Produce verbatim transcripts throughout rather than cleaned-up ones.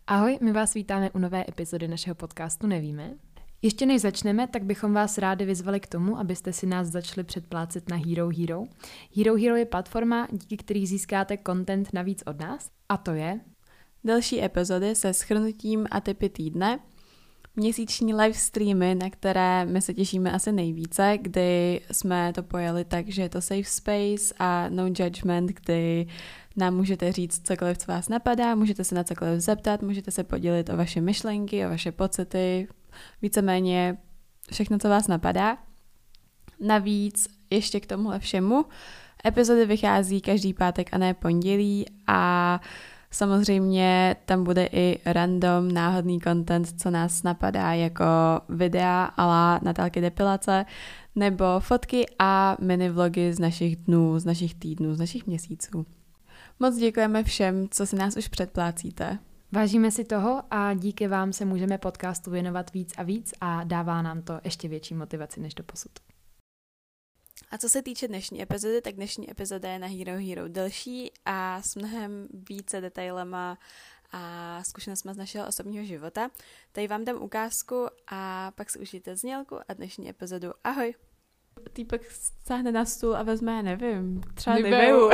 Ahoj, my vás vítáme u nové epizody našeho podcastu Nevíme. Ještě než začneme, tak bychom vás rádi vyzvali k tomu, abyste si nás začali předplácet na Hero Hero. Hero Hero je platforma, díky který získáte content navíc od nás, a to je další epizody se shrnutím a tipy týdne, měsíční live streamy, na které my se těšíme asi nejvíce, kdy jsme to pojeli tak, že je to safe space a no judgment, kdy nám můžete říct cokoliv, co vás napadá, můžete se na cokoliv zeptat, můžete se podělit o vaše myšlenky, o vaše pocity, víceméně všechno, co vás napadá. Navíc ještě k tomuhle všemu epizody vychází každý pátek a ne pondělí a samozřejmě tam bude i random, náhodný content, co nás napadá, jako videa a la Natálky depilace, nebo fotky a mini vlogy z našich dnů, z našich týdnů, z našich měsíců. Moc děkujeme všem, co si nás už předplácíte. Vážíme si toho a díky vám se můžeme podcastu věnovat víc a víc a dává nám to ještě větší motivaci než doposud. A co se týče dnešní epizody, tak dnešní epizoda je na Hero Hero delší a s mnohem více detailama a zkušenostma z našeho osobního života. Tady vám dám ukázku a pak si užijte znělku a dnešní epizodu. Ahoj! Týpek sáhne na stůl a vezme, nevím, třeba Niveu.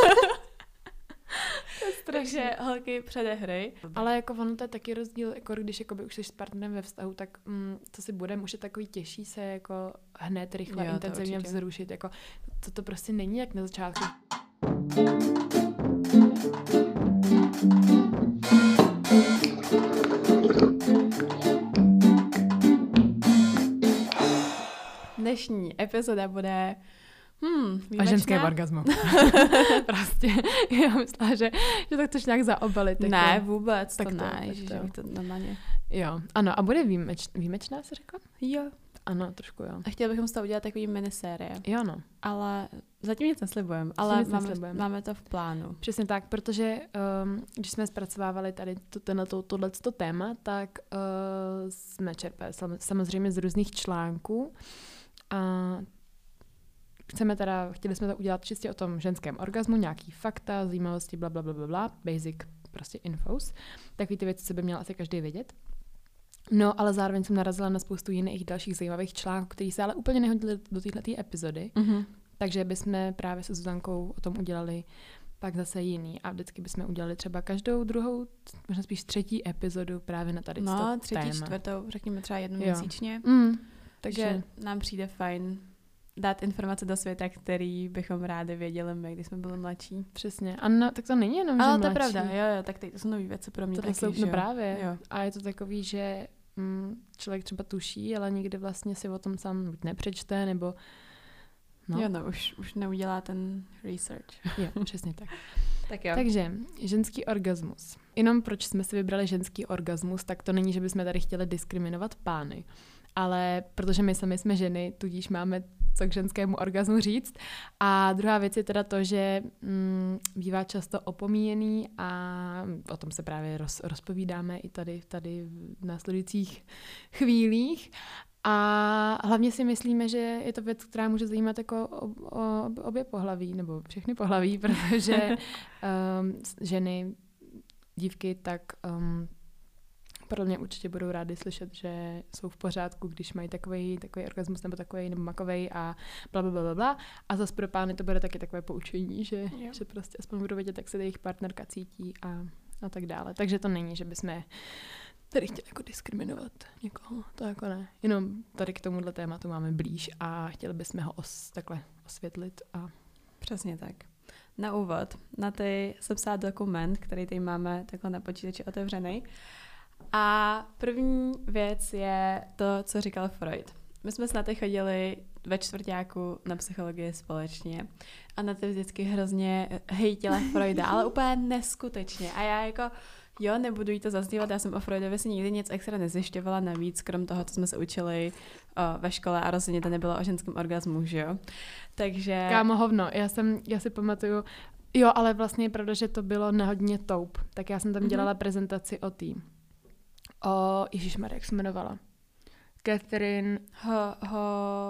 Takže holky, předehry. Ale jako ono to je taky rozdíl, jako když jakoby už jsi s partnerem ve vztahu, tak mm, co si budeme, už je takový těžší se jako hned, rychle, jo, intenzivně vzrušit. Jako, to, to prostě není jak na začátku. Dnešní epizoda bude Hmm, a ženském orgazmu. Prostě. Já myslela, že, že tak to nějak zaobalit. Jako. Ne, vůbec, tak to, to ne, že bych to normálně. Jo, ano, a bude výjimeč, výjimečná, jsi řekla? Jo. Ano, trošku jo. A chtěli bychom z toho udělat takový minisérie. Jo, no. Ale zatím nic neslibujeme, ale nic máme, neslibujeme. máme to v plánu. Přesně tak, protože um, když jsme zpracovávali tady tohleto téma, tak uh, jsme čerpali samozřejmě z různých článků a Chceme teda, chtěli jsme to udělat čistě o tom ženském orgazmu, nějaký fakta, zajímavosti, bla, bla, bla, bla, bla, basic prostě infos. Takový ty věci, co by měl asi každý vědět. No, ale zároveň jsem narazila na spoustu jiných dalších zajímavých článků, které se ale úplně nehodily do téhleté epizody. Mm-hmm. Takže bychom právě se Zuzankou o tom udělali pak zase jiný. A vždycky bychom udělali třeba každou druhou, možná spíš třetí epizodu právě na tady to téma. No, třetí, čtvrtou, řekněme třeba jednu jo. měsíčně. Mm. Takže nám přijde fajn dát informace do světa, který bychom rádi věděli my, když jsme byli mladší. Přesně. A no, tak to není jenom, že ale mladší. to je pravda, jo, jo, tak teď to jsou nový věci pro mě to taky, jsou, že no právě. Jo. A je to takový, že mm, člověk třeba tuší, ale nikdy vlastně si o tom sám buď nepřečte, nebo no. Jo, no, už, už neudělá ten research. Jo, přesně tak. Tak jo. Takže, ženský orgasmus. Jenom proč jsme si vybrali ženský orgasmus, tak to není, že bychom tady chtěli diskriminovat pány. Ale protože my sami jsme ženy, tudíž máme co k ženskému orgazmu říct. A druhá věc je teda to, že mm, bývá často opomíjený a o tom se právě roz, rozpovídáme i tady, tady v následujících chvílích. A hlavně si myslíme, že je to věc, která může zajímat jako ob, ob, obě pohlaví, nebo všechny pohlaví, protože um, ženy, dívky, tak um, podle mě určitě budou rádi slyšet, že jsou v pořádku, když mají takový takový orgasmus nebo takový nebo makovej a bla, bla, bla, bla. A zase pro pány to bude taky takové poučení, že, že prostě aspoň budou vědět, jak se jejich partnerka cítí a, a tak dále. Takže to není, že bychom tady chtěli jako diskriminovat někoho, to jako ne. Jenom tady k tomuhle tématu máme blíž a chtěli bychom ho os, takhle osvětlit. A přesně tak. Na úvod, na ty jsem psala dokument, který tady máme takhle na počítači otevřený. A první věc je to, co říkal Freud. My jsme s Naty chodili ve čtvrťáku na psychologii společně a Naty vždycky hrozně hejtila Freuda, ale úplně neskutečně. A já jako, jo, nebudu jí to zazdívat, já jsem o Freudovi si nikdy nic extra nezjišťovala navíc, krom toho, co jsme se učili o, ve škole a rozhodně to nebylo o ženském orgazmu, že jo. Takže... Kámo, hovno, já, jsem, já si pamatuju, jo, ale vlastně je pravda, že to bylo na hodně toup, tak já jsem tam dělala mm-hmm. prezentaci o tým. O, ježišmarja, jak se jmenovala? Catherine ho, ho,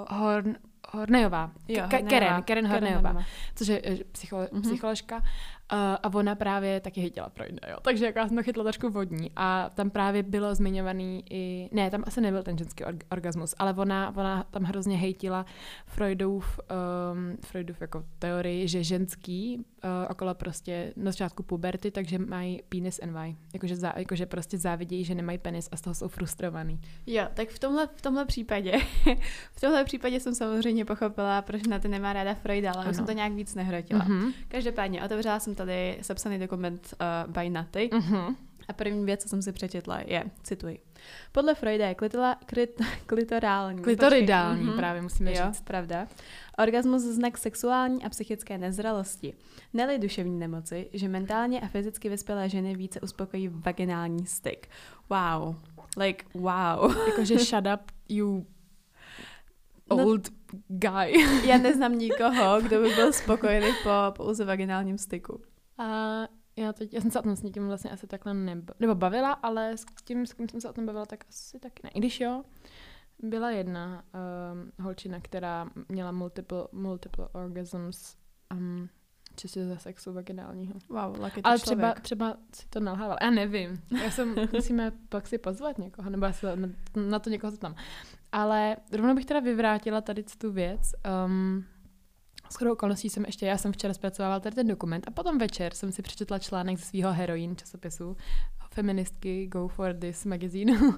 Horn, Hornejová. Jo, K- Karen, Karen Hornejová, což je psycho, mm-hmm. psycholožka. a ona právě taky chytila Freuda, jo. Takže jako já jsem to chytla trošku vodní a tam právě bylo zmiňovaný i, ne, tam asi nebyl ten ženský org- orgasmus, ale ona, ona tam hrozně hejtila Freudův, um, Freudův jako teorii, že ženský uh, okolo prostě na začátku puberty, takže mají penis envy, jakože, zá, jakože prostě závidějí, že nemají penis a z toho jsou frustrovaný. Jo, tak v tomhle, v tomhle případě, v tomhle případě jsem samozřejmě pochopila, proč na to nemá ráda Freuda, ale ano. jsem to nějak víc nehrotila. Mm-hmm. Každopádně otevřela jsem tady sepsaný dokument uh, by Naty mm-hmm. a první věc, co jsem si přečetla, je, cituji. Podle Freuda je klitila, klit, klitorální. Klitoridální, mm-hmm. právě musíme jo, říct. Pravda. Orgasmus znak sexuální a psychické nezralosti. Ne-li duševní nemoci, že mentálně a fyzicky vyspělé ženy více uspokojí vaginální styk. Wow. Like, wow. Jakože shut up, you old no, guy. Já neznám nikoho, kdo by byl spokojený po pouze vaginálním styku. A já, teď, já jsem se o tom s někým vlastně asi takhle nebo, nebo bavila, ale s tím, s kým jsem se o tom bavila, tak asi taky ne. I když jo, byla jedna um, holčina, která měla multiple, multiple orgasms um, čistě ze sexu vaginálního. Wow, lucky ale třeba, třeba si to nalhával. Já nevím. Já jsem, musíme pak si pozvat někoho, nebo já se na, na to někoho zeptám. Ale rovnou bych teda vyvrátila tady tu věc. Um, shodou okolností jsem ještě, já jsem včera zpracovávala tady ten dokument a potom večer jsem si přečetla článek ze svého Heroin časopisu feministky Go for This magazine. uh,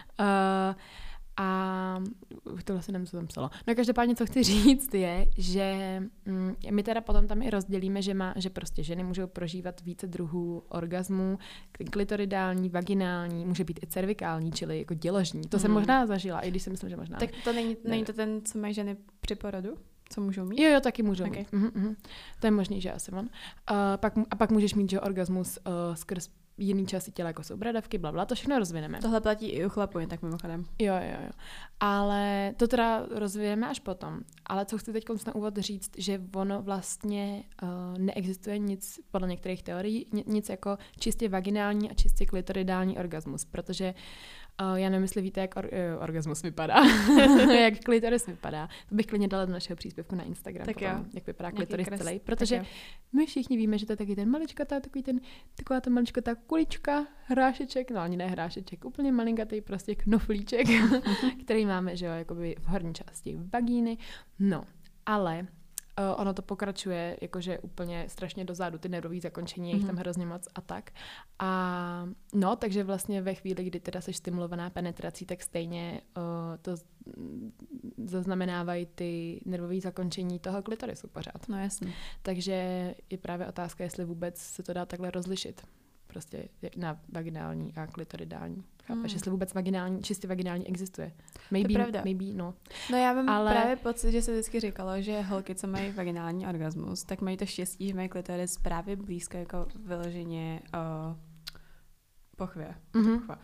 A to vlastně nevím, co tam psalo. No každopádně, co chci říct, je, že mm, my teda potom tam i rozdělíme, že, má, že prostě ženy můžou prožívat více druhů orgasmů, klitoridální, vaginální, může být i cervikální, čili jako děložní. To mm. jsem možná zažila, i když si myslím, že možná Tak to není, není to ten, co mají ženy při porodu? Co můžou mít? Jo, jo, taky můžou okay. mít. Mhm, mhm. To je možný, že asi on. Uh, pak, a pak můžeš mít, že orgasmus uh, skrz jiný části těla, jako jsou bradavky, blabla, to všechno rozvineme. Tohle platí i u chlapů, jen tak mimochodem. Jo, jo, jo. Ale to teda rozvineme až potom. Ale co chci teď na úvod říct, že ono vlastně uh, neexistuje nic, podle některých teorií, nic jako čistě vaginální a čistě klitoridální orgasmus, protože Uh, já nevím, jestli víte, jak or, uh, orgasmus vypadá, jak klitoris vypadá. To bych klidně dala do našeho příspěvku na Instagram, tak potom, jak vypadá nějaký klitoris kres, celý, protože my všichni víme, že to je taky ten maličkatá, takový ten, taková ta maličkatá kulička, hrášeček, no ani ne hrášeček, úplně malinkatý prostě knoflíček, který máme, že jo, jakoby v horní části vagíny. No, ale Uh, ono to pokračuje jakože úplně strašně dozadu, ty nervové zakončení, je jich tam hrozně moc a tak. A no, takže vlastně ve chvíli, kdy teda seš stimulovaná penetrací, tak stejně uh, to z- zaznamenávají ty nervové zakončení toho klitorisu pořád. No jasně. Takže je právě otázka, jestli vůbec se to dá takhle rozlišit. Prostě na vaginální a klitoridální. Chápeš, hmm. jestli vůbec vaginální, čistě vaginální existuje. Maybe, to je pravda. Maybe, no. No já mám ale... právě pocit, že se vždycky říkalo, že holky, co mají vaginální orgasmus, tak mají to štěstí, že mají klitoris právě blízko jako vyloženě uh, pochvě. Mm-hmm.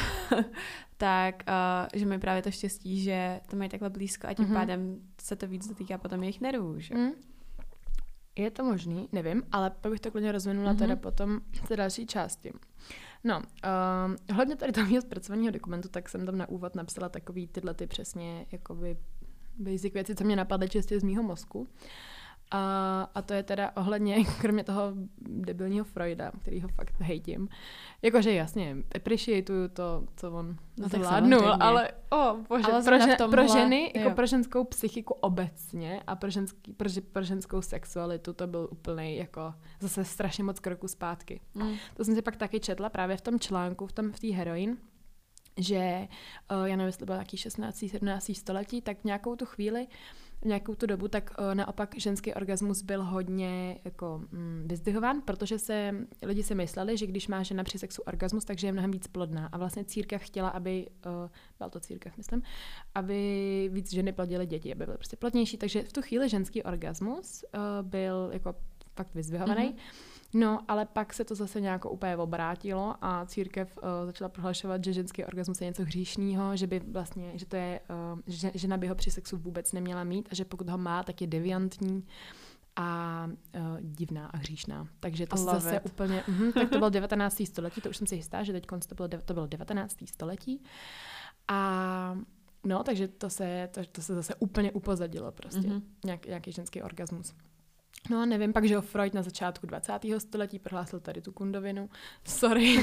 tak, uh, že mají právě to štěstí, že to mají takhle blízko a tím mm-hmm. pádem se to víc dotýká potom jejich nervů, že? Mm. Je to možný, nevím, ale pak bych to klidně rozvinula mm-hmm. teda potom v té další části. No, um, hledně tady toho zpracovaného dokumentu, tak jsem tam na úvod napsala takový tyhle ty přesně jakoby basic věci, co mě napadly čistě z mýho mozku. A, a to je teda ohledně, kromě toho debilního Freuda, kterýho fakt hejtím. Jakože jasně, appreciatuju to, co on no zvládnul, ale o bože, ale pro, žen, tomhle, pro ženy, jo. jako pro ženskou psychiku obecně a pro, ženský, pro, pro ženskou sexualitu to byl úplnej jako zase strašně moc kroků zpátky. Mm. To jsem si pak taky četla právě v tom článku, v tom v té Heroin, že uh, já nevím, jestli to bylo nějaký šestnáctý sedmnáctý století, tak v nějakou tu chvíli v nějakou tu dobu, tak uh, naopak ženský orgasmus byl hodně jako mm, vyzdvihován, protože se lidi si mysleli, že když má žena při sexu orgasmus, takže je mnohem víc plodná. A vlastně církev chtěla, aby, uh, byla to církev, myslím, aby víc ženy plodily děti, aby byly prostě plodnější. Takže v tu chvíli ženský orgasmus uh, byl jako fakt vyzdvihovaný. Mm-hmm. No, ale pak se to zase nějak úplně obrátilo a církev uh, začala prohlašovat, že ženský orgasmus je něco hříšného, že by vlastně, že to je, uh, že žena by ho při sexu vůbec neměla mít a že pokud ho má, tak je deviantní a uh, divná a hříšná. Takže to se zase úplně, uh, tak to bylo devatenácté století, to už jsem si jistá, že teď to bylo, to bylo devatenácté století. A no, takže to se, to, to se zase úplně upozadilo prostě, mm-hmm. Nějak, nějaký ženský orgasmus. No nevím, pak, že jo, Freud na začátku dvacátého století prohlásil tady tu kundovinu. Sorry.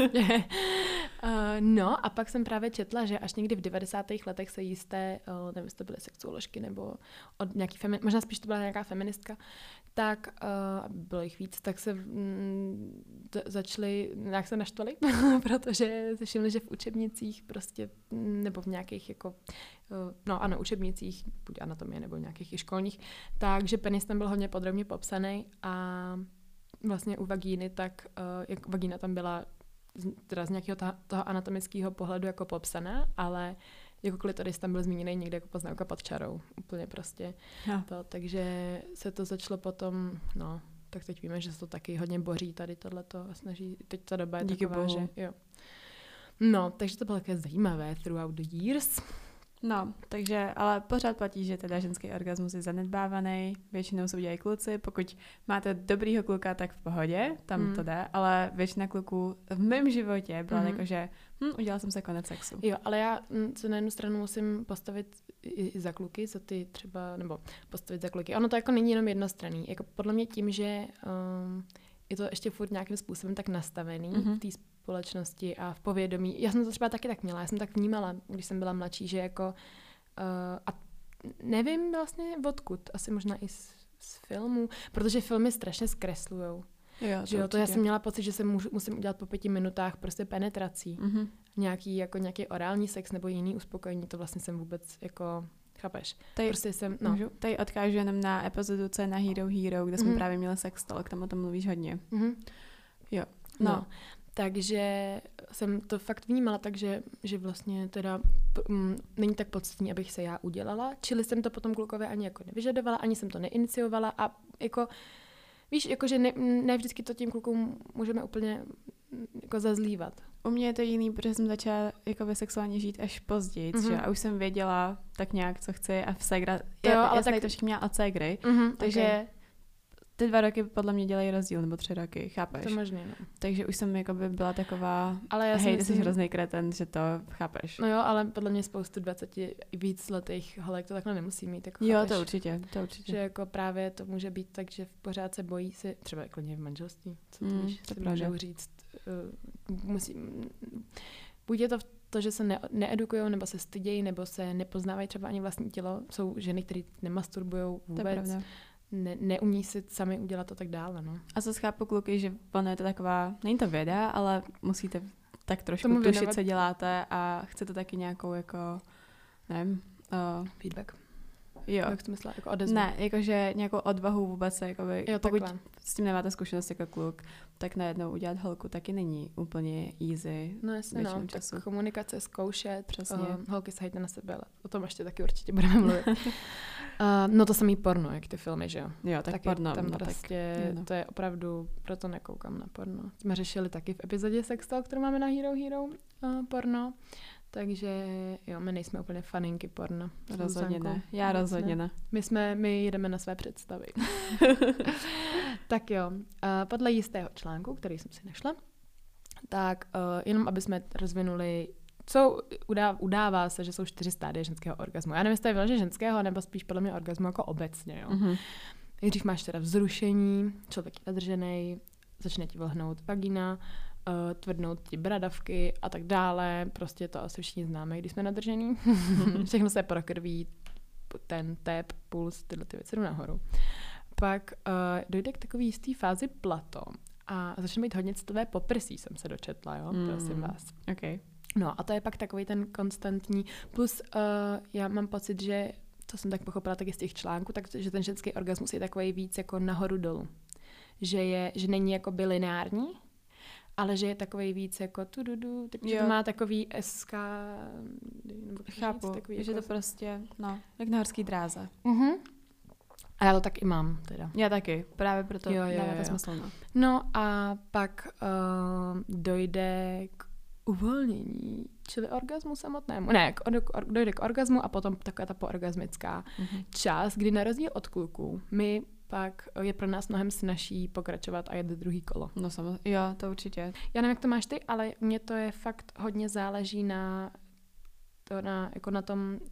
uh, no a pak jsem právě četla, že až někdy v devadesátých letech se jisté, uh, nevím, jestli to byly sexuoložky nebo od nějaký femi- možná spíš to byla nějaká feministka, tak uh, bylo jich víc, tak se mm, t- začali, nějak se naštvali, protože se všimli, že v učebnicích prostě, nebo v nějakých jako, uh, no ano, učebnicích, buď anatomie nebo nějakých i školních, takže penis tam byl hodně podrobně popsaný a vlastně u vagíny, tak uh, jak vagína tam byla z, teda z nějakého ta, toho anatomického pohledu jako popsaná, ale jako klitoris tam byl zmíněný někde jako poznámka pod čarou. Úplně prostě. To, takže se to začalo potom, no, tak teď víme, že se to taky hodně boří tady tohleto a snaží, teď ta doba je Díky taková, bohu. že jo. No, takže to bylo také zajímavé throughout the years. No, takže, ale pořád platí, že teda ženský orgasmus je zanedbávaný, většinou se udělají kluci, pokud máte dobrýho kluka, tak v pohodě, tam mm. to jde, ale většina kluků v mém životě byla mm. jako, že hm, udělala jsem se konec sexu. Jo, ale já se na jednu stranu musím postavit i, i za kluky, za ty třeba, nebo postavit za kluky. Ono to jako není jenom jednostranný, jako podle mě tím, že um, je to ještě furt nějakým způsobem tak nastavený mm-hmm. v té společnosti a v povědomí. Já jsem to třeba taky tak měla, já jsem tak vnímala, když jsem byla mladší, že jako uh, a nevím vlastně odkud, asi možná i z, z filmů, protože filmy strašně zkreslujou. Jo, to, že jo, to já jsem měla pocit, že se můžu, musím udělat po pěti minutách prostě penetrací. Mm-hmm. Nějaký, jako nějaký orální sex nebo jiný uspokojení, to vlastně jsem vůbec jako, chápeš? Tady, prostě jsem, no. Můžu? Tady odkážu jenom na epizodu C na Hero Hero, kde jsme mm-hmm. právě měli sex talk, tam o tom mluvíš hodně. Mm-hmm. Jo. No. no. Takže jsem to fakt vnímala tak, že, že vlastně teda m, není tak podstatný, abych se já udělala, čili jsem to potom klukově ani jako nevyžadovala, ani jsem to neiniciovala a jako víš, jakože ne, ne vždycky to tím klukům můžeme úplně jako zazlívat. U mě je to jiný, protože jsem začala jako ve sexuálně žít až později, mm-hmm. že a už jsem věděla tak nějak, co chci a v segra, jo, já, ale já jsem tak... to všichni měla od ségry, mm-hmm, takže okay. ty dva roky podle mě dělají rozdíl, nebo tři roky, chápeš? To možný, no. Takže už jsem jakoby byla taková, ale já hej, myslím... ty jsi hrozný kreten, že to chápeš. No jo, ale podle mě spoustu dvaceti víc letých holek to takhle nemusí mít. Jako jo, chápeš, to určitě, to určitě. Že jako právě to může být tak, že pořád se bojí si, třeba klidně v manželství, co mm, víš, si můžou říct, uh, musí, buď je to to, že se ne, needukujou, nebo se stydějí, nebo se nepoznávají třeba ani vlastní tělo, jsou ženy, které nemasturbujou vůbec. Ne, neumí si sami udělat to tak dále, no. A co chápu kluky, že ono je to taková, není to věda, ale musíte tak trošku Tomu tušit, věnovat... co děláte a chcete taky nějakou jako, nevím, uh, feedback. Jo. Jak jsi myslela, jako odezvu? Ne, jakože nějakou odvahu vůbec, jakoby, jo, pokud takhle. s tím nemáte zkušenost jako kluk, tak najednou udělat holku taky není úplně easy. No jasně, no, času. Tak komunikace, zkoušet, přesně. Uh, holky sahejte na sebe, ale o tom ještě taky určitě budeme mluvit. uh, no to samý porno, jak ty filmy, že jo? Jo, tak taky porno. Tam no, prostě, tak, no. to je opravdu, proto nekoukám na porno. Jsme řešili taky v epizodě Sextal, kterou máme na Hero Hero uh, porno. Takže jo, my nejsme úplně faninky porno. Rozhodně ne. Já rozhodně ne. My jsme, my jedeme na své představy. Tak jo, uh, podle jistého článku, který jsem si našla, tak uh, jenom aby jsme rozvinuli, co udá, udává se, že jsou čtyři stádie ženského orgasmu. Já nevím, jestli to je vyloženě ženského, nebo spíš podle mě orgasmu jako obecně. Jo. Mm-hmm. Nejdřív máš teda vzrušení, člověk je nadržený, začne ti vlhnout vagina, Uh, tvrdnout ti bradavky a tak dále. Prostě to asi všichni známe, když jsme nadržený. Všechno se prokrví, ten tep, puls, tyhle ty věci jdou nahoru. Pak uh, dojde k takové jisté fázi plato a začne mít hodně citové poprsí, jsem se dočetla, jo, mm. prosím vás. Okay. No a to je pak takový ten konstantní, plus uh, já mám pocit, že to jsem tak pochopila taky z těch článků, takže ten ženský orgasmus je takový víc jako nahoru dolů. Že, je, že není jako lineární, ale že je takový víc jako tududu, takže to má takový S K, nebo chápu, říct, takový že jako... to prostě, no, jak na horský dráze. Uh-huh. A já to tak i mám teda. Já taky, právě proto jo, jo, dává jo. to smysl, no. No a pak uh, dojde k uvolnění, čili orgasmu samotnému. Ne, k, or, dojde k orgasmu a potom taková ta poorgasmická uh-huh. část, kdy na rozdíl od kluků my pak je pro nás mnohem snazší pokračovat a jet do druhý kolo. No samozřejmě, jo, to určitě. Já nevím, jak to máš ty, ale mně to je fakt hodně záleží na, to na, jako na tom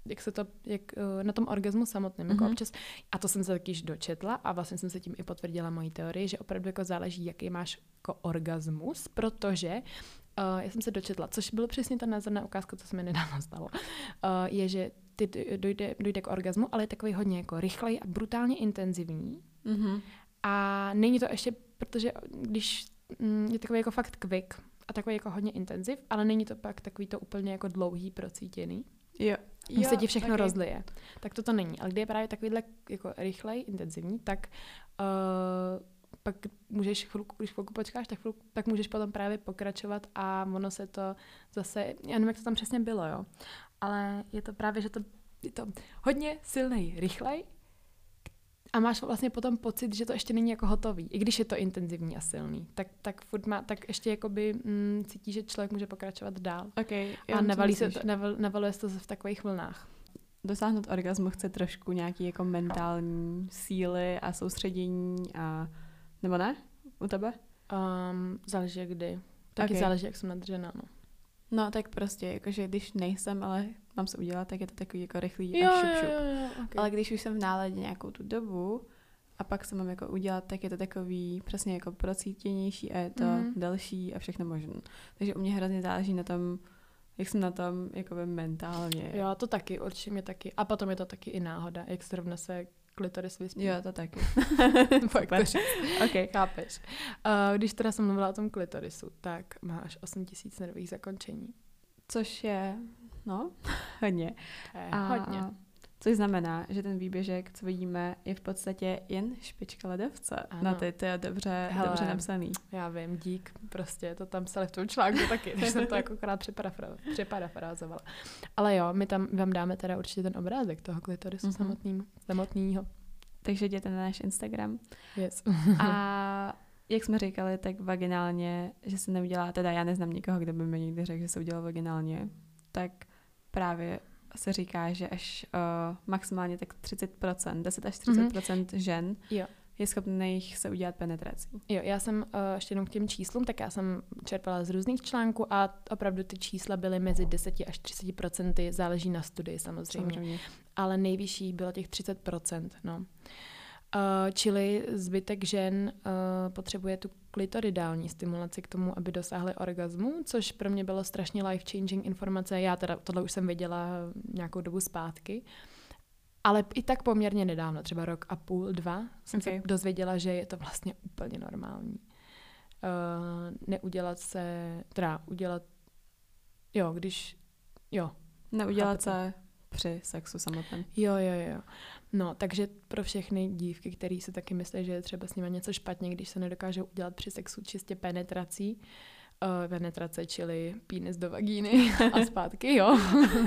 jak se to, jak na tom orgazmu samotném, mm-hmm. jako občas, a to jsem se taky již dočetla a vlastně jsem se tím i potvrdila moji teorii, že opravdu jako záleží, jaký máš jako orgasmus, protože uh, já jsem se dočetla, což bylo přesně ta názorná ukázka, co se mi nedávno stalo, uh, je, že ty dojde, dojde k orgasmu, ale je takový hodně jako rychlej a brutálně intenzivní. Mm-hmm. A není to ještě, protože když mm, je takový jako fakt quick a takový jako hodně intenziv, ale není to pak takový to úplně jako dlouhý procítěný. Jo. Jo, se ti všechno taky rozlije. Tak to to není. Ale když je právě takovýhle jako rychlej, intenzivní, tak uh, pak můžeš chvilku, když chvilku počkáš, tak, chvilku, tak můžeš potom právě pokračovat a ono se to zase, já nevím, jak to tam přesně bylo, jo. Ale je to právě, že to je to hodně silnej, rychlej a máš vlastně potom pocit, že to ještě není jako hotový. I když je to intenzivní a silný, tak, tak furt má, tak ještě jakoby mm, cítí, že člověk může pokračovat dál. Okay, a navalí se to, naval, navaluje se to v takových vlnách. Dosáhnout orgasmu chce trošku nějaký jako mentální síly a soustředění a nebo ne? U tebe? Um, záleží kdy. Taky okay. Záleží, jak jsem nadržená, no. No tak prostě, jakože když nejsem, ale mám se udělat, tak je to takový jako rychlý jo, a šup, šup. Jo, jo, jo, okay. Ale když už jsem v náladě nějakou tu dobu a pak se mám jako udělat, tak je to takový přesně jako procítěnější a je to mm. delší a všechno možné. Takže u mě hrozně záleží na tom, jak jsem na tom jakoby mentálně. Jo, to taky, určitě mě taky. A potom je to taky i náhoda, jak zrovna se klitoris vyspí. Jo, to taky. Fakt to říct. Okay. Chápeš. Uh, když teda jsem mluvila o tom klitorisu, tak máš osm tisíc nervových zakončení. Což je, no, hodně. Je, a, hodně. Což znamená, že ten výběžek, co vidíme, je v podstatě jen špička ledovce. Ano. Na ty, to je dobře, Hele, dobře napsaný. Já vím, dík, prostě to tam psali v tom článku taky, že jsem to jako krát přeparafrázovala. Ale jo, my tam vám dáme teda určitě ten obrázek toho klitorisu mm-hmm. samotným, samotnýho. Takže jděte na náš Instagram. Yes. A jak jsme říkali, tak vaginálně, že se neudělá, teda já neznám nikoho, kdo by mi někdy řekl, že se udělal vaginálně, tak právě se říká, že až uh, maximálně tak třicet procent, deset až třicet procent mm-hmm. žen jo. je schopných se udělat penetrací. Jo, já jsem uh, ještě jenom k těm číslům, tak já jsem čerpala z různých článků a opravdu ty čísla byly mezi deset až třicet procent, záleží na studii samozřejmě. samozřejmě. Ale nejvyšší bylo těch třicet procent, no. Uh, čili zbytek žen uh, potřebuje tu klitoridální stimulaci k tomu, aby dosáhly orgasmu, což pro mě bylo strašně life-changing informace. Já teda tohle už jsem věděla nějakou dobu zpátky, ale i tak poměrně nedávno, třeba rok a půl, dva, jsem okay. se dozvěděla, že je to vlastně úplně normální. Uh, neudělat se, teda udělat, jo, když, jo. Neudělat se při sexu samotném. Jo, jo, jo. No, takže pro všechny dívky, které si taky myslí, že je třeba s nimi něco špatně, když se nedokážou udělat při sexu čistě penetrací, uh, penetrace, čili penis do vagíny a zpátky, jo,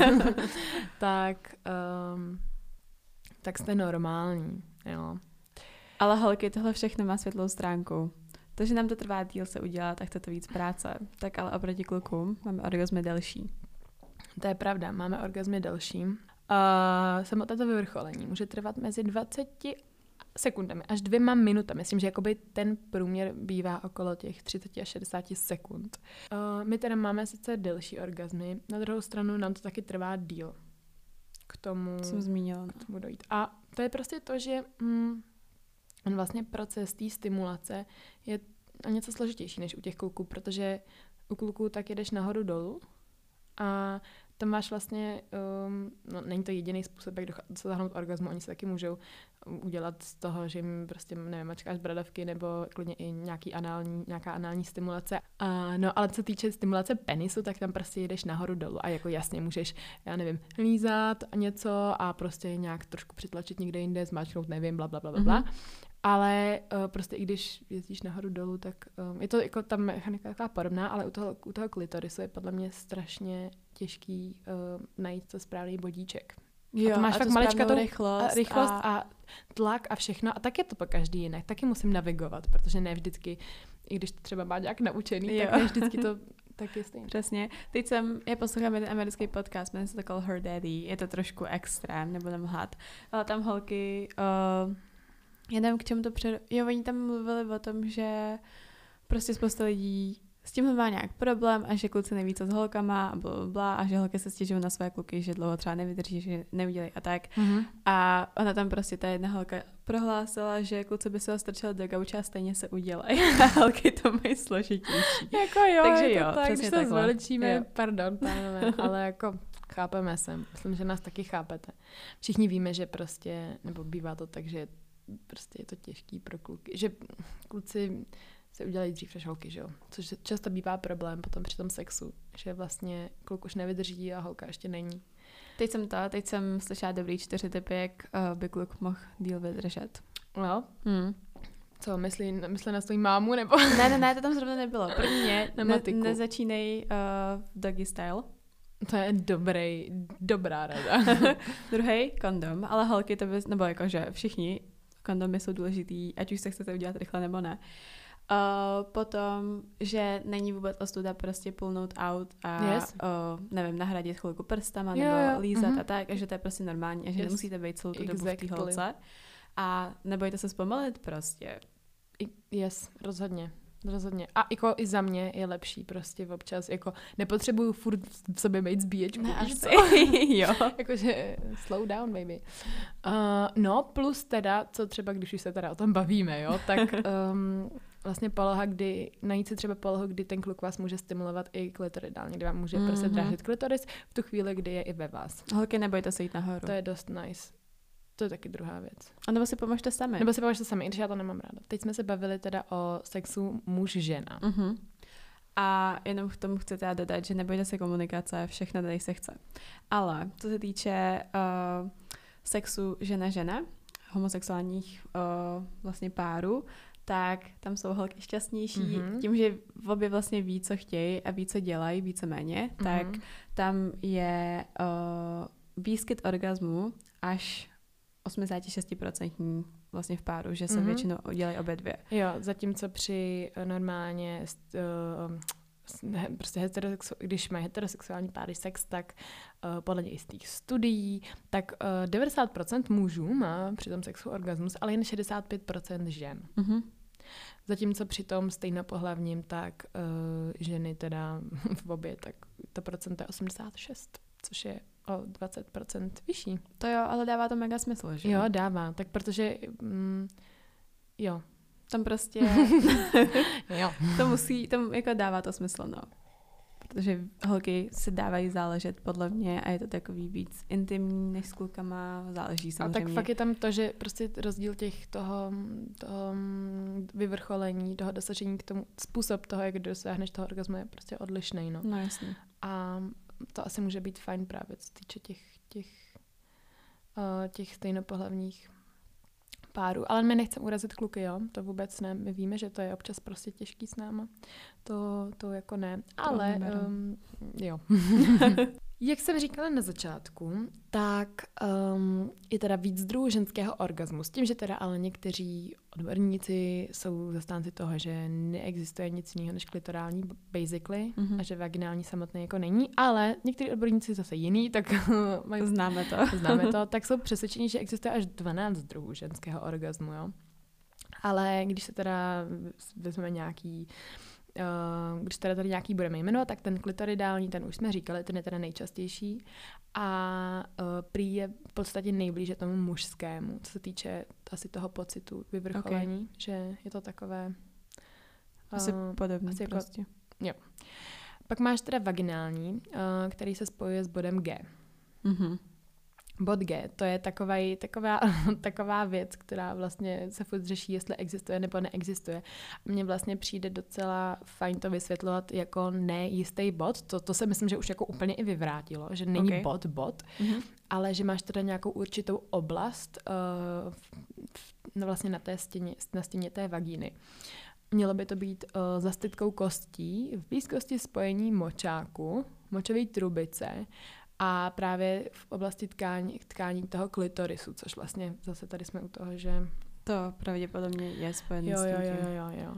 tak, um, tak jste normální, jo. Ale holky, tohle všechno má světlou stránku. To, že nám to trvá díl se udělat a chce to víc práce, tak ale oproti klukům máme orgasmy delší. To je pravda, máme orgasmy delší. Uh, samotné to vyvrcholení může trvat mezi dvaceti sekundami až dvěma minutami. Myslím, že jakoby ten průměr bývá okolo těch třicet až šedesát sekund. Uh, my teda máme sice delší orgasmy, na druhou stranu nám to taky trvá díl. K tomu, jsem zmínila, k tomu dojít. A to je prostě to, že mm, on vlastně proces té stimulace je něco složitější než u těch kluků, protože u kluků tak jedeš nahoru dolů a tam máš vlastně, um, no není to jediný způsob, jak dosáhnout orgasmu, oni se taky můžou udělat z toho, že jim prostě, nevím, mačkáš bradavky nebo klidně i nějaký anální, nějaká anální stimulace. A, no ale co týče stimulace penisu, tak tam prostě jedeš nahoru dolů a jako jasně můžeš, já nevím, lízat a něco a prostě nějak trošku přitlačit někde jinde, zmáčknout, nevím, bla, bla, bla, bla, bla. Mm-hmm. Ale uh, prostě i když jezdíš nahoru dolů, tak um, je to jako ta mechanika taková podobná, ale u toho, u toho klitorisu je podle mě strašně těžký uh, najít to správný bodíček. Jo, a to máš a fakt to maličkatou rychlost, a, rychlost a... a tlak a všechno. A tak je to po každý jinak. Taky musím navigovat, protože ne vždycky, i když to třeba má nějak naučený, jo. tak ne vždycky to tak je stejné. Přesně. Teď jsem, já poslouchám jeden americký podcast, jmenuje se to Call Her Daddy. Je to trošku extrém, nebudem lhát. Ale tam holky... Uh, já nevím, k čemu to před... Jo, oni tam mluvili o tom, že prostě spousta lidí s tímhle má nějak problém a že kluci neví, co s holkama a bla, bla, a že holky se stěžují na své kluky, že dlouho třeba nevydrží, že neudělají a tak. Mm-hmm. A ona tam prostě, ta jedna holka prohlásila, že kluci by se ho strčili do gauče a stejně se udělají. A holky to mají složitější. Jako jo, takže jo, jo, tak, přesně když to takhle. zveličíme, Jo. pardon, pánové, ale jako chápeme se. Myslím, že nás taky chápete. Všichni víme, že prostě, nebo bývá to tak, že prostě je to těžký pro kluky, že kluci se udělají dřív než holky, že jo? Což často bývá problém potom při tom sexu, že vlastně kluk už nevydrží a holka ještě není. Teď jsem to, teď jsem slyšela dobrý čtyři typy, jak uh, by kluk mohl díl vydržet. No, Hmm. co, myslí, myslí na svou mámu, nebo? Ne, ne, ne, to tam zrovna nebylo. První je, Na ne, matiku. nezačínej uh, doggy style. To je dobrý, dobrá rada. Druhý, kondom, ale holky to by, nebo jakože všichni, kondomy jsou důležitý, ať už se chcete udělat rychle nebo ne. Uh, potom, že není vůbec ostuda prostě pulnout out a Yes. uh, nevím, nahradit chvilku prstama Jo, nebo jo, lízat mhm. a tak, a že to je prostě normální a že Yes. nemusíte být celou tu dobu v té Exactly. holce. A nebojte se zpomalit prostě. I- Yes, rozhodně. Rozhodně. A jako i za mě je lepší prostě občas, jako nepotřebuju furt v sobě mít zbíječku. Ne, víš asi. co? Jo. Jakože slow down, baby. Uh, no, plus teda, co třeba, když už se teda o tom bavíme, jo, tak um, vlastně poloha, kdy, najít si třeba polohu, kdy ten kluk vás může stimulovat i klitoridálně, kdy vám může mm-hmm. prostě drážit klitoris v tu chvíli, kdy je i ve vás. Holky, nebojte se jít nahoru. To je dost nice. To je taky druhá věc. A nebo si pomožte sami. Nebo si považte sami, i když já to nemám ráda. Teď jsme se bavili teda o sexu muž-žena. Uh-huh. A jenom k tomu chci teda dodat, že nebojte se komunikace, všechno tady se chce. Ale co se týče uh, sexu žena-žena, homosexuálních uh, vlastně párů, tak tam jsou holky šťastnější. Mm-hmm. Tím, že obě vlastně ví, co chtějí a ví, co dělají víceméně, mm-hmm. tak tam je uh, výskyt orgazmu až osmdesát šest procent vlastně v páru, že se mm-hmm. většinou udělají obě dvě. Jo, zatímco při uh, normálně uh, he, prostě heterosexu, když mají heterosexuální páry sex, tak uh, podle jistých studií, tak uh, devadesát procent mužů má při tom sexu orgasmus, ale jen šedesát pět procent žen. Mm-hmm. Zatímco při tom stejnopohlavním, tak uh, ženy teda v obě, tak to procento je osmdesát šest, což je o dvacet procent vyšší. To jo, ale dává to mega smysl, že? Jo, dává. Tak protože, mm, jo. Tam prostě, jo. to musí, to jako dává to smysl, no. Protože holky si dávají záležet podle mě a je to takový víc intimní než s klukama, záleží samozřejmě. A tak fakt je tam to, že prostě rozdíl těch toho, toho vyvrcholení, toho dosažení k tomu, způsob toho, jak dosáhneš toho orgasmu je prostě odlišný, no. No jasně. A to asi může být fajn právě, co týče těch, těch, uh, těch stejnopohlavních párů. Ale my nechceme urazit kluky, jo? To vůbec ne. My víme, že to je občas prostě těžký s náma. To, to jako ne. Ale um, jo. Jak jsem říkala na začátku, tak um, je teda víc druhů ženského orgazmu. S tím, že teda ale někteří odborníci jsou zastánci toho, že neexistuje nic jiného než klitorální basically mm-hmm. a že vaginální samotný jako není, ale někteří odborníci zase jiný, tak mají, známe to. známe to, tak jsou přesvědčení, že existuje až dvanáct druhů ženského orgazmu, jo. Ale když se teda vezmeme nějaký Uh, když teda tady nějaký budeme jmenovat, tak ten klitoridální, ten už jsme říkali, ten je teda nejčastější a uh, prý je v podstatě nejblíže tomu mužskému, co se týče asi toho pocitu vyvrcholení, okay. že je to takové uh, asi podobné asi prostě. Jako, jo. Pak máš teda vaginální, uh, který se spojuje s bodem G. Mhm. Bod G, to je taková, taková, taková věc, která vlastně se furt řeší, jestli existuje nebo neexistuje. Mně vlastně přijde docela fajn to vysvětlovat jako nejistý bod. To, to se myslím, že už jako úplně i vyvrátilo, že není okay. bod, bod, mm-hmm. ale že máš teda nějakou určitou oblast uh, v, v, no vlastně na té stěně, na stěně té vagíny. Mělo by to být uh, za stytkou kostí v blízkosti spojení močáku, močové trubice, a právě v oblasti tkání, tkání toho klitorisu, což vlastně zase tady jsme u toho, že... To pravděpodobně je spojené jo, s tím. Jo, jo, jo, jo.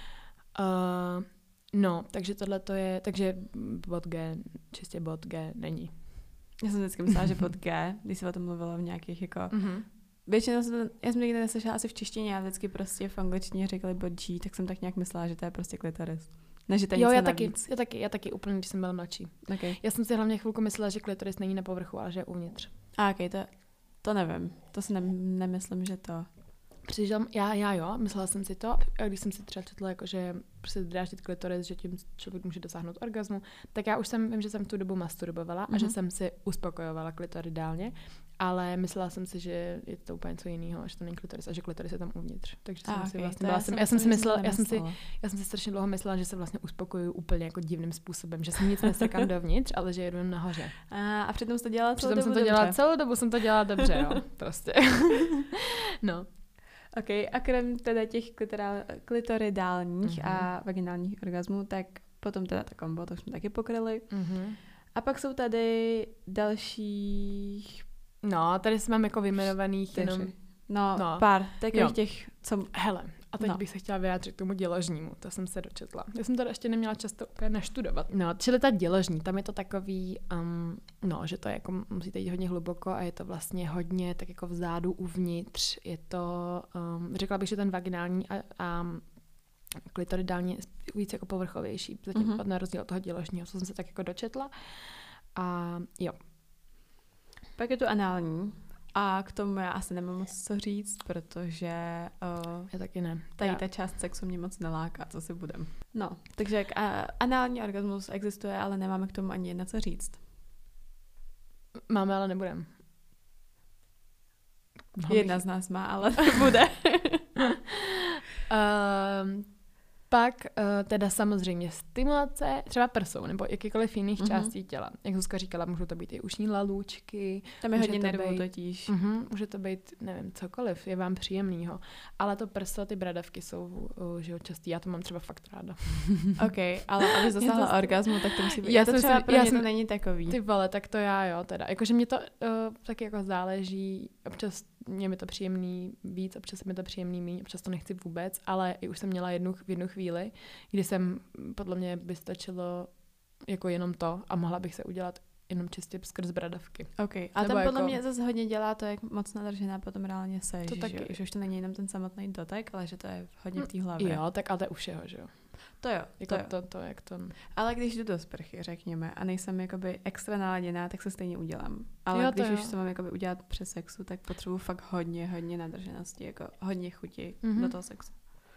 Uh, no, takže tohle to je, takže bod G, čistě bod G není. Já jsem vždycky myslela, že bod G, když se o tom mluvila v nějakých jako... Mm-hmm. Většinou jsem to, já jsem nikdy neslyšela asi v češtině, já vždycky prostě v angličtině říkali bod G, tak jsem tak nějak myslela, že to je prostě klitoris. Než je to Jo, něco já navíc. taky, já taky, já taky úplně, když jsem byla mladší. Okay. Já jsem si hlavně chvilku myslela, že klitoris není na povrchu, ale že je uvnitř. A ok, to, to nevím. To si ne, nemyslím, že to... Přišel, já, já jo, myslela jsem si to, a když jsem si třeba četla, jako, že prostě dráždit klitoris, že tím člověk může dosáhnout orgazmu, tak já už jsem, vím, že jsem v tu dobu masturbovala mm-hmm. a že jsem si uspokojovala klitoridálně, ale myslela jsem si, že je to úplně něco jiného, že to není klitoris a že klitoris je tam uvnitř. Takže jsem a, si okay, vlastně, já, jsem, jsem já jsem si myslela, já jsem si, nemyslela. já jsem si strašně dlouho myslela, že se vlastně uspokojuju úplně jako divným způsobem, že jsem nic nestrkám dovnitř, ale že jedu jen nahoře. A, a přitom jsi to dělala celou Přitom dobu jsem to dělala dobře. celou dobu, jsem to dělala dobře, jo, prostě. No. Ok, a krem teda těch klitora, klitoridálních mm-hmm. a vaginálních orgasmů, tak potom teda ta kombo, to jsme taky pokryli. Mm-hmm. A pak jsou tady další... No, tady jsme mám jako vyjmenovaných jenom... No, no, pár takových těch, co... Hele, a teď no. bych se chtěla vyjádřit k tomu děložnímu, to jsem se dočetla. Já jsem to ještě neměla často úplně naštudovat. No, čili ta děložní, tam je to takový, um, no, že to je jako, musíte jít hodně hluboko a je to vlastně hodně tak jako vzadu uvnitř. Je to, um, řekla bych, že ten vaginální a, a klitoridální je víc jako povrchovější, zatím mm-hmm. na rozdíl od toho děložního, co jsem se tak jako dočetla. A jo. Pak je tu anální. A k tomu já asi nemám moc co říct, protože uh, já taky ne. Tady já. ta část sexu mě moc neláká, co si budem. No, takže a, anální orgasmus existuje, ale nemáme k tomu ani jedna co říct. Máme, ale nebudem. Máme jedna z nás má, ale bude. um, Pak uh, teda samozřejmě stimulace, třeba prsou nebo jakýkoliv jiných mm-hmm. částí těla. Jak Zuzka říkala, můžou to být i ušní lalůčky. Tam je hodně to nervů být, totiž. Uh-huh, může to být, nevím, cokoliv, je vám příjemnýho. Ale to prso, ty bradavky jsou uh, že jo, častý. Já to mám třeba fakt ráda. Ok, ale aby zasáhla to... orgasmu, tak to musí být. Já, já to třeba si, pro já mě jsem, to není takový. Ty vole, tak to já jo teda. Jakože mě to uh, taky jako záleží, občas mě mi to příjemný víc, občas mi to příjemný míň, občas to nechci vůbec, ale i už jsem měla jednu, v jednu chvíli, kdy jsem, podle mě by stačilo jako jenom to a mohla bych se udělat jenom čistě skrz bradavky. Ok, a tam podle jako... mě zase hodně dělá to, jak moc nadržená potom reálně seš, to že, taky. Že, že už to není jenom ten samotný dotek, ale že to je hodně v té hlavě. Jo, tak ale to je u všeho, že jo. To jo, jako to, jo. To, to, jak to... Ale když jdu do sprchy, řekněme, a nejsem jakoby extra naladěná, tak se stejně udělám. Ale jo, když jo. už to mám jakoby udělat přes sexu, tak potřebuji fakt hodně, hodně nadrženosti, jako hodně chuti mm-hmm. do toho sexu.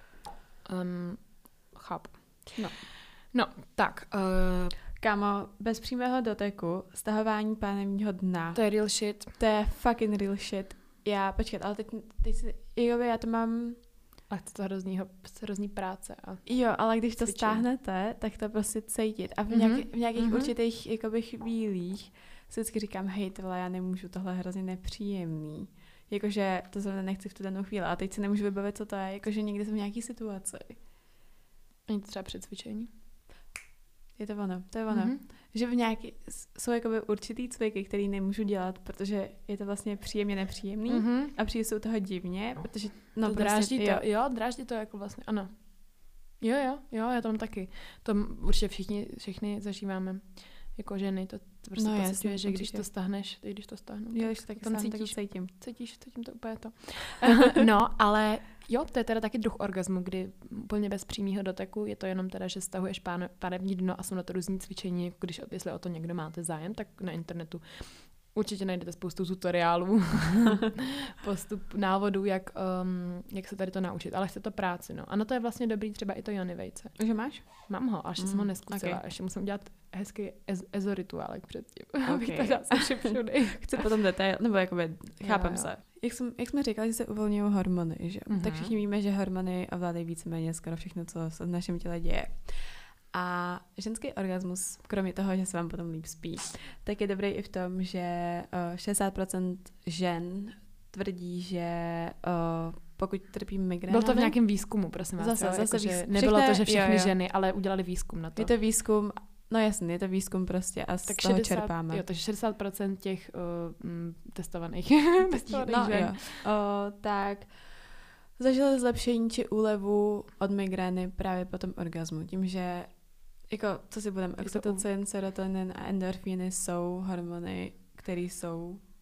Um, chápu. No. No, tak... Uh... Kámo, bez přímého doteku, stahování pánevního dna. To je real shit. To je fucking real shit. Já, počkat, ale teď, teď si, jakoby já to mám... A to hrozný, hrozný práce. A jo, ale když cvičení. To stáhnete, tak to prostě cítit. A v, mm-hmm. nějaký, v nějakých mm-hmm. určitých jakoby chvílích si vždycky říkám, hej, tohle já nemůžu, tohle je hrozně nepříjemný. Jakože to zrovna nechci v tu danou chvíli. A teď si nemůžu vybavit, co to je. Jakože někdy jsem v nějaký situaci. Ani to třeba před cvičení? Je to ono, to je ono. Mm-hmm. Že v nějaký, jsou jakoby určitý cviky, který nemůžu dělat, protože je to vlastně příjemně nepříjemný mm-hmm. a přijde se u toho divně, protože no to prostě, dráždí jo. to, jo, dráždí to jako vlastně, ano. Jo, jo, jo, já to mám taky. To určitě všichni, všichni zažíváme jako ženy, to prostě no, pociťuje, že když to stáhneš, ty když to stáhnu, jo, když to taky tam stáhnu, cítíš, tak to cítím. Cítíš, cítím to úplně to. No, ale jo, to je teda taky druh orgazmu, kdy úplně bez přímého doteku je to jenom teda, že stahuješ páne, pánevní dno a jsou na to různý cvičení, jako když, jestli o to někdo máte zájem, tak na internetu určitě najdete spoustu tutoriálů, postup návodů, jak, um, jak se tady to naučit, ale chce to práci, no. A na to je vlastně dobrý třeba i to Jony vejce. Že máš? Mám ho, až mm, jsem ho neskusila. Okay. Ještě musím dělat hezký ez- ezorituálek předtím. Okay. Abych to dala se všude. Chci potom detail, nebo jakoby, chápem jo, jo. se. Jak, jsem, jak jsme říkali, že se uvolňují hormony, že? Mm-hmm. Tak všichni víme, že hormony ovládají víceméně skoro všechno, co se v našem těle děje. A ženský orgasmus, kromě toho, že se vám potom líp spí, tak je dobrý i v tom, že uh, šedesát procent žen tvrdí, že uh, pokud trpí migrénami... Bylo to v nějakém výzkumu, prosím vás. Zase, jo, zase jako, výzkum. že nebylo všechny, to, že všechny jo, jo. ženy, ale udělali výzkum na to. Je to výzkum, no jasně, je to výzkum prostě a z tak toho šedesát, čerpáme. Jo, takže šedesát procent těch uh, m, testovaných, testovaných no, žen. Jo. O, tak zažili zlepšení či úlevu od migrény právě po tom orgazmu. Tím, že jako, co si budeme, oxytocin, serotonin a endorfíny jsou hormony, které jsou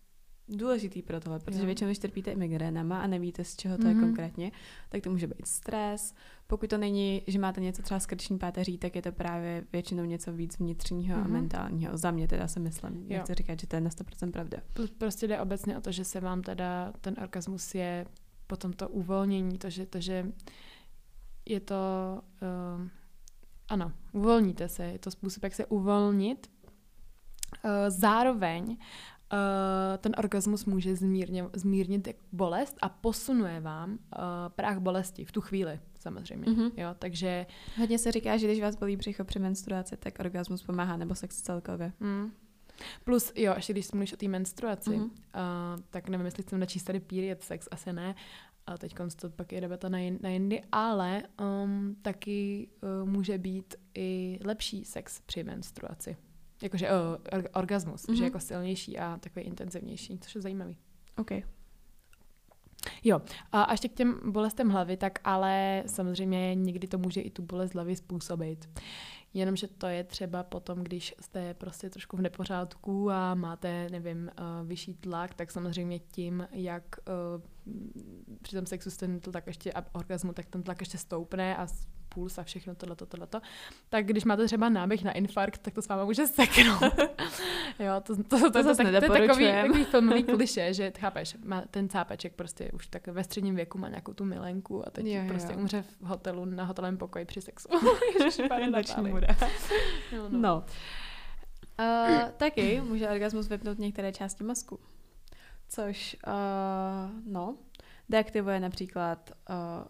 důležitý pro tohle, protože Jo. většinou, když trpíte migrénama a nevíte, z čeho to Mhm. je konkrétně, tak to může být stres. Pokud to není, že máte něco třeba z krční páteří, tak je to právě většinou něco víc vnitřního Mhm. a mentálního. Za mě teda si myslím. Jo. Nechci říkat, že to je na sto procent pravda. Pl- Prostě jde obecně o to, že se vám teda ten orgasmus je potom to uvolnění, to, že, to, že je to, uh, ano, uvolníte se, je to způsob, jak se uvolnit. Uh, zároveň uh, ten orgasmus může zmírně, zmírnit bolest a posunuje vám uh, práh bolesti v tu chvíli, samozřejmě. Mhm. Jo, takže Hodně se říká, že když vás bolí břicho při menstruaci, tak orgasmus pomáhá, nebo sex celkově. mm. Plus, jo, ještě když mluvíš o té menstruaci, Mhm. uh, tak nevím, jestli chcem načíst tady period sex, asi ne. A teď to pak je debata na, jin, na jindy, ale um, taky uh, může být i lepší sex při menstruaci. Jakože uh, or, orgasmus, Mhm. že jako silnější a takový intenzivnější, což je zajímavý. OK. Jo, a ještě k těm bolestem hlavy, tak ale samozřejmě někdy to může i tu bolest hlavy způsobit. Jenomže to je třeba potom, když jste prostě trošku v nepořádku a máte, nevím, uh, vyšší tlak, tak samozřejmě tím, jak uh, při tom sexu ten tlak ještě a orgasmu, tak ten tlak ještě stoupne a puls a všechno tohleto, tohleto. Tak když máte třeba náběh na infarkt, tak to s váma může seknout. Jo, to, to, to, to, to, zase tak, to je takový, nedoporučujem. takový filmový klišé, že chápeš, má ten cápeček prostě už tak ve středním věku má nějakou tu milenku a teď Jo, jo, prostě jo. umře v hotelu, na hotelovém pokoji při sexu. Ježišmarja, Noční Natálii. můra. No, no. No. Uh, taky může orgasmus vypnout některé části mozku. Což, uh, no, deaktivuje například uh,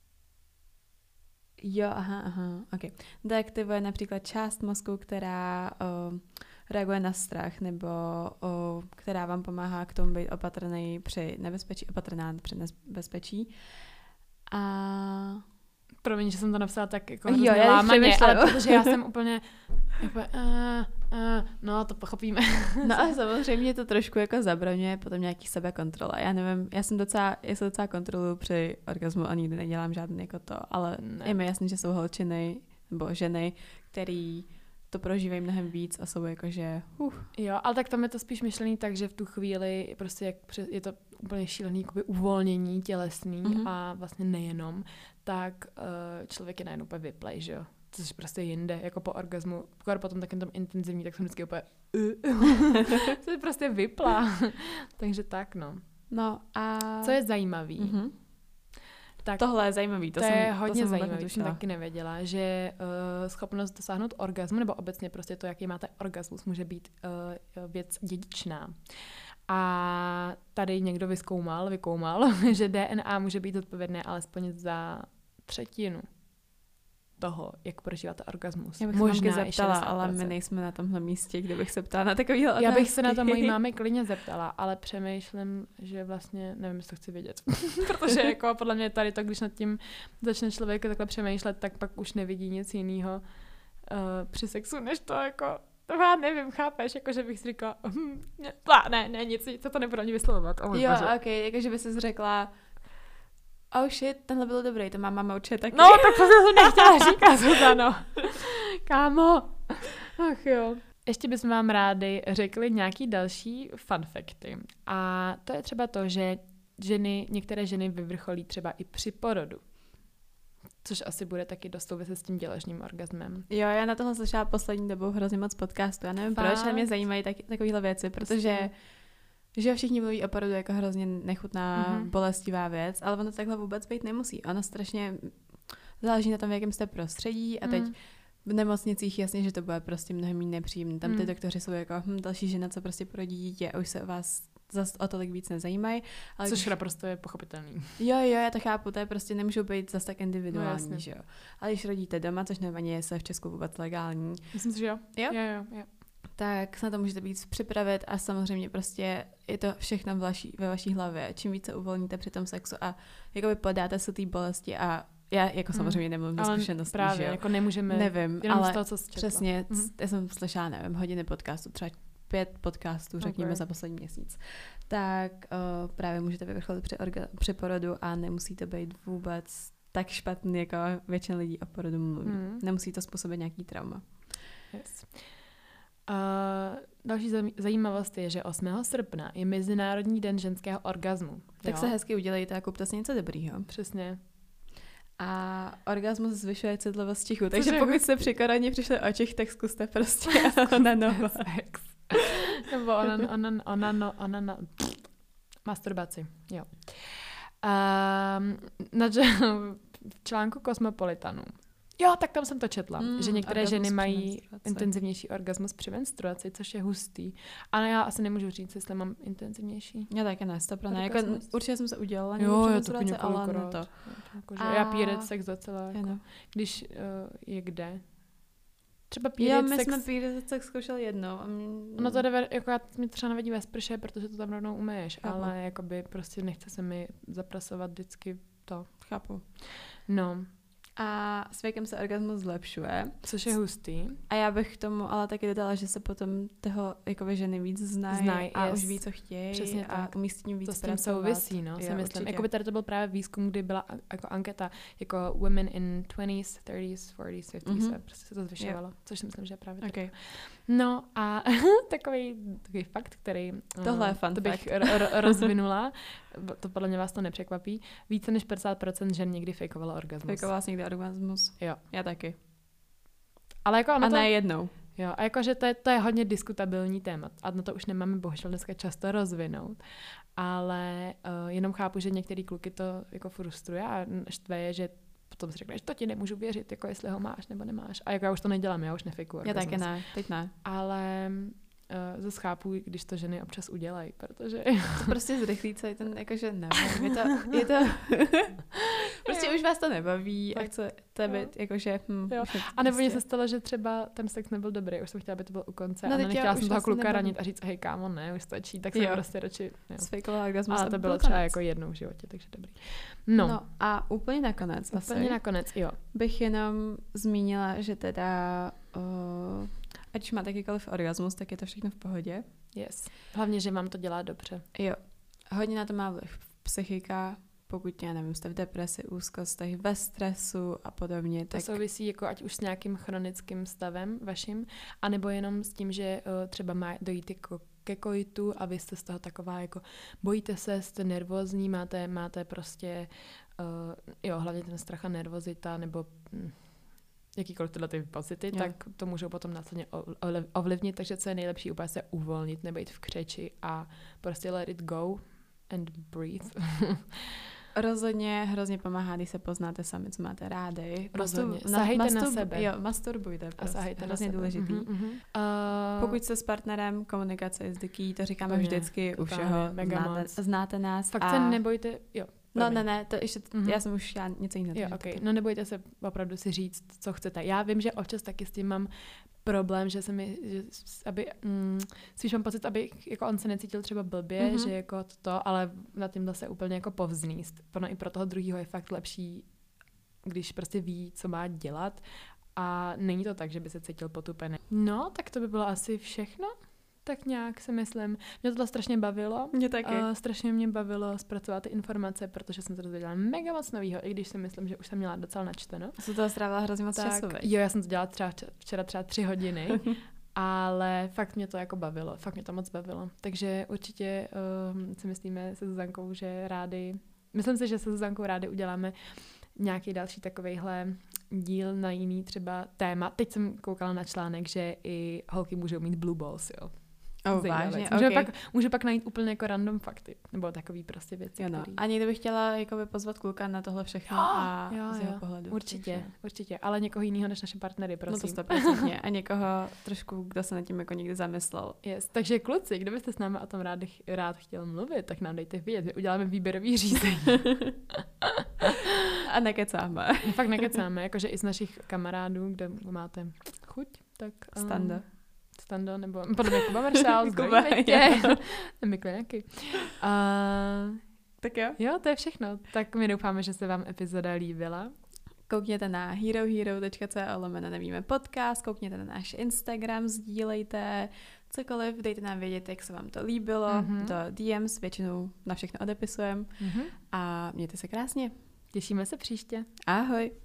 jo, aha, aha, ok. Deaktivuje například část mozku, která uh, reaguje na strach, nebo uh, která vám pomáhá k tomu být opatrný při nebezpečí, opatrná při nebezpečí. A Promiň, že jsem to napsala tak jako Jo, hrozně já lámaně, přemýšlím. ale protože já jsem úplně, úplně uh, uh, no to pochopíme. no a samozřejmě to trošku jako zabraňuje potom nějaký sebekontrola. Já nevím, já jsem docela, já se docela kontroluju při orgasmu a nikdy nedělám žádný jako to, ale Ne. je mi jasný, že jsou holčiny nebo ženy, který to prožívají mnohem víc a jsou jakože uh. Jo, ale tak tam je to spíš myšlený tak, že v tu chvíli prostě jak pře- je to úplně šílený jakoby uvolnění tělesný Mhm. a vlastně nejenom, tak uh, člověk je najednou úplně vyplej, že jo. Což prostě jinde, jako po orgasmu, pokud potom takým tom intenzivní, tak jsem vždycky úplně to je prostě vyplá. Takže tak, no. No a... Co je zajímavý, Mhm. tak Tohle je zajímavý. To, to jsem, je to hodně jsem vůbec zajímavé, jsem netušila. taky nevěděla, že uh, schopnost dosáhnout orgasmu, nebo obecně prostě to, jaký máte orgasmus, může být uh, věc dědičná. A tady někdo vyzkoumal, vykoumal, že D N A může být odpovědné alespoň za třetinu toho, jak prožíváte orgasmus. Já bych se Možná mamky i zeptala, šedesát ale my procent. nejsme na tomhle místě, kde bych se ptala na takovýhle otázky. Já bych se na to mojí mámy klidně zeptala, ale přemýšlím, že vlastně, nevím, jestli to chci vědět. Protože jako podle mě tady to, když nad tím začne člověk takhle přemýšlet, tak pak už nevidí nic jiného uh, při sexu, než to jako, to já nevím, chápeš, jako že bych si říkala, hm, ne, ne, ne, nic, co to nebudu ani vyslovovat. Oh, Jo, bože. ok, jakože by si řekla, oh shit, tenhle byl dobrý, to má mama určitě taky. No, tak to jsem nechtěla říkat, Zuzano. Kámo. Ach jo. Ještě bychom vám rádi řekli nějaký další fun facty. A to je třeba to, že ženy, některé ženy vyvrcholí třeba i při porodu. Což asi bude taky dost souviset s tím děložním orgasmem. Jo, já na tohle slyšela poslední dobou hrozně moc podcastů. Já nevím Fakt? proč, ale mě zajímají tak, takovéhle věci, protože Prostě. že všichni mluví o porodu jako hrozně nechutná, Mhm. bolestivá věc, ale ono takhle vůbec být nemusí. Ono strašně záleží na tom, v jakém jste prostředí a teď Mm. v nemocnicích jasně, že to bude prostě mnohem méně nepříjemné. Tam ty Mm. doktoři jsou jako hm, další žena, co prostě porodí dítě a už se o vás zas o tolik víc nezajímají. Ale Což když... naprosto je pochopitelný. Jo, jo, já to chápu, to je prostě nemůžou být zas tak No, individuální, jasně. že jo. Ale když rodíte doma, což nevím, ani je v Česku vůbec legální, Myslím si, že jo. Jo? Jo, jo, jo. tak se na to můžete víc připravit a samozřejmě prostě je to všechno v vaší, ve vaší hlavě. Čím více uvolníte při tom sexu a jakoby podáte se té bolesti a já jako Hmm. samozřejmě nemluvím o Ale zkušenosti, právě, že jo. jako nemůžeme, Nevím, jenom ale z toho, co jsi četla. přesně, Mhm. c- já jsem slyšela, nevím, hodiny podcastu, třeba pět podcastů, řekněme, Ok. za poslední měsíc. Tak uh, právě můžete vyvrcholit při, orga- při porodu a nemusí to být vůbec tak špatný, jako většina lidí o porodu mluví. Mhm. Nemusí to způsobit nějaký trauma. Yes. Uh, další zajímavost je, že osmého srpna je Mezinárodní den ženského orgazmu. Tak jo? se hezky udělejte a kupte si něco dobrýho. Přesně. A orgasmus zvyšuje citlivost čichu, takže Cože? Pokud jste při koroně přišli o čich, tak zkuste prostě onanovat. Sex. Nebo onan, onan, onan, onan, masturbaci, jo. Um, na v článku Cosmopolitanu. Jo, tak tam jsem to četla, mm, že některé ženy mají intenzivnější orgasmus při menstruaci, což je hustý. Ale já asi nemůžu říct, jestli mám intenzivnější. Já taky ne, stopra ne. Jako, určitě jsem se udělala jo, při menstruaci, ale ne to. Jako, a... Já period sex docela, jako, když uh, je kde. Třeba period jo, my sex... jsme period sex zkoušeli jednou. Um... No to jde, jako já mě třeba nevadí ve sprše, protože to tam rovnou umeješ, Chápu. ale jakoby prostě nechce se mi zaprasovat vždycky to. Chápu. No. A s věkem se orgasmus zlepšuje. Což je hustý. A já bych k tomu ale taky dodala, že se potom toho jako ženy víc znají Znaj, a yes. už ví, co chtějí. Přesně a tak. Umí s tím víc to s tím souvisí, no, si myslím. Jakoby tady to byl právě výzkum, kdy byla jako anketa jako women in twenties, thirties, forties, fifties mm-hmm. a prostě se to zvyšovalo, yeah. což si myslím, že je právě okay. No a takový, takový fakt, který Tohle je fun to bych ro- rozvinula, to podle mě vás to nepřekvapí, více než padesát procent žen někdy fejkovalo orgasmus. Fejkovala jsi někdy orgasmus? Jo. Já taky. Ale jako ono a to, ne jednou. Jo, a jakože to je, to je hodně diskutabilní téma a na to už nemáme bohužel dneska často rozvinout, ale uh, jenom chápu, že některý kluky to jako frustruje a štve je, že potom si řekneš, to ti nemůžu věřit, jako jestli ho máš nebo nemáš. A jako já už to nedělám, já už nefejkuju. Já taky ne, teď ne. Ale uh, zase chápu, když to ženy občas udělají, protože... To prostě zrychlí celý ten, jakože nevím, je to... Je to prostě jo. Už vás to nebaví a chce tebe, jakože... Hm, jo. A nebo mně se stalo, že třeba ten sex nebyl dobrý, už jsem chtěla, aby to bylo u konce no, a nechtěla jsem toho kluka nebaví. ranit a říct, hej kámo, ne, už stačí, tak jsem prostě radši... Sfejkovala orgasmus. Ale to bylo třeba jako jednou v životě, takže dobrý. No. no a úplně nakonec Úplně asi, nakonec, jo. Bych jenom zmínila, že teda... Uh, ať už máte jakýkoliv orgasmus, tak je to všechno v pohodě. Yes. Hlavně, že vám to dělá dobře. Jo. Hodně na to má vliv psychika, pokud, já nevím, jste v depresi, úzkostech, ve stresu a podobně. To tak... souvisí jako ať už s nějakým chronickým stavem vaším, anebo jenom s tím, že uh, třeba má dojít jako ke koitu a vy jste z toho taková jako bojíte se, jste nervózní, máte, máte prostě uh, jo, hlavně ten strach a nervozita nebo hm, jakýkoliv tyhle ty pocity, jo. tak to můžou potom následně ovlivnit, takže co je nejlepší úplně se uvolnit, nebejt v křeči a prostě let it go and breathe. Rozhodně hrozně pomáhá, když se poznáte sami, co máte rádi. Rozhodně. Sahejte mastur- na sebe. Jo, masturbujte. Prostě. A sahejte hrozně na sebe. Důležitý. Mm-hmm, mm-hmm. Uh, Pokud jste s partnerem, komunikace je zdyky, to říkáme úplně, vždycky u všeho. Znáte, znáte nás. Fakt a... se nebojte, jo. No ne, ne, to ještě, mm-hmm. já jsem už já něco jiného. Jo, okay. No nebojte se opravdu si říct, co chcete. Já vím, že občas taky s tím mám problém, že se mi, že, aby, mm, spíš mám pocit, aby jako on se necítil třeba blbě, mm-hmm. že jako to, ale nad tím se úplně jako povzníst. Ono i pro toho druhého je fakt lepší, když prostě ví, co má dělat a není to tak, že by se cítil potupený. No, tak to by bylo asi všechno. Tak nějak si myslím. Mě to strašně bavilo. Mě taky. Uh, strašně mě bavilo zpracovat ty informace, protože jsem se dozvěděla mega moc novýho, i když si myslím, že už jsem měla docela načteno. Jsem toho strávila hrozně moc času. Jo, já jsem to dělala třeba včera třeba tři hodiny, ale fakt mě to jako bavilo. Fakt mě to moc bavilo. Takže určitě uh, si myslíme se Zuzankou, že rádi, myslím si, že se Zuzankou rádi uděláme nějaký další takovejhle díl na jiný třeba téma. Teď jsem koukala na článek, že i holky můžou mít blue balls, jo. Oh, vážně, může, okay. pak, může pak najít úplně jako random fakty. Nebo takový prostě věci. Jo, no. Který... A někdo by chtěla jakoby pozvat kluka na tohle všechno jo, a jo, z jeho jo. pohledu. Určitě, takže. určitě. Ale někoho jiného než naše partnery, prosím. No to sto procent. A někoho trošku, kdo se nad tím jako někdy zamyslel. Yes. Takže kluci, kdo byste s námi o tom rád, rád chtěl mluvit, tak nám dejte vědět. My uděláme výběrový řízení. A nekecáme. Fakt nekecáme, jakože i z našich kamarádů, kde máte chuť, tak... Um... Standa. Stando, nebo podle mě Kuba Maršál, zdravíme tě. Nemykli nějaký. Uh, tak jo. Jo, to je všechno. Tak my doufáme, že se vám epizoda líbila. Koukněte na herohero tečka co lomeno nevíme podcast, koukněte na náš Instagram, sdílejte cokoliv, dejte nám vědět, jak se vám to líbilo, mm-hmm. do D Ms, většinou na všechno odepisujeme mm-hmm. a mějte se krásně. Těšíme se příště. Ahoj.